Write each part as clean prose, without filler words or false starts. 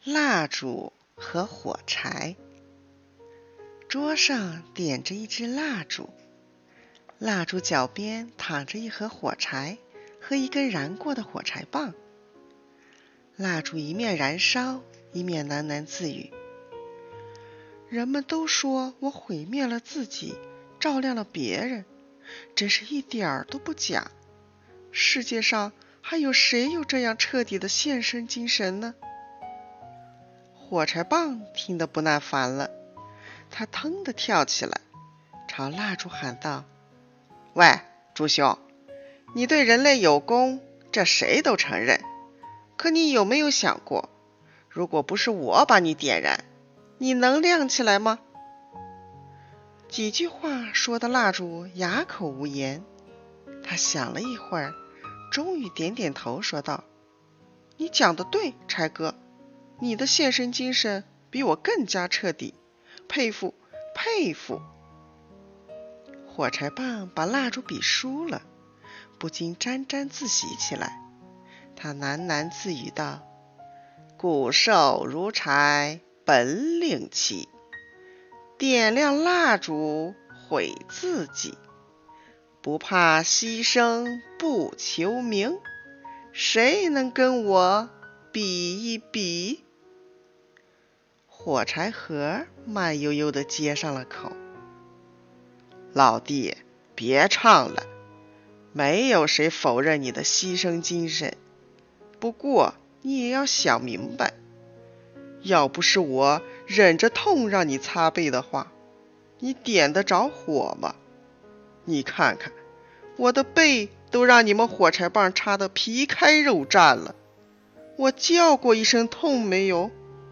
蜡烛和火柴。桌上点着一支蜡烛，蜡烛脚边躺着一盒火柴和一根燃过的火柴棒。蜡烛一面燃烧，一面喃喃自语：人们都说我毁灭了自己，照亮了别人，真是一点儿都不假。世界上还有谁有这样彻底的献身精神呢？火柴棒听得不耐烦了，他腾地跳起来，朝蜡烛喊道：喂，猪兄，你对人类有功，这谁都承认。可你有没有想过，如果不是我把你点燃，你能亮起来吗？几句话说的蜡烛哑口无言。他想了一会儿，终于点点头说道：你讲得对，柴哥，你的献身精神比我更加彻底，佩服佩服。火柴棒把蜡烛比输了，不禁沾沾自喜起来。他喃喃自语道：骨瘦如柴，本领奇，点亮蜡烛毁自己，不怕牺牲不求名，谁能跟我比一比？火柴盒慢悠悠地接上了口：老弟，别唱了，没有谁否认你的牺牲精神，不过你也要想明白，要不是我忍着痛让你擦背的话，你点得着火吗？你看看，我的背都让你们火柴棒插得皮开肉绽了，我叫过一声痛没有？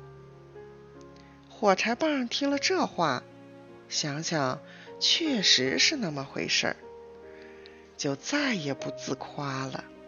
火柴棒听了这话，想想确实是那么回事儿，就再也不自夸了。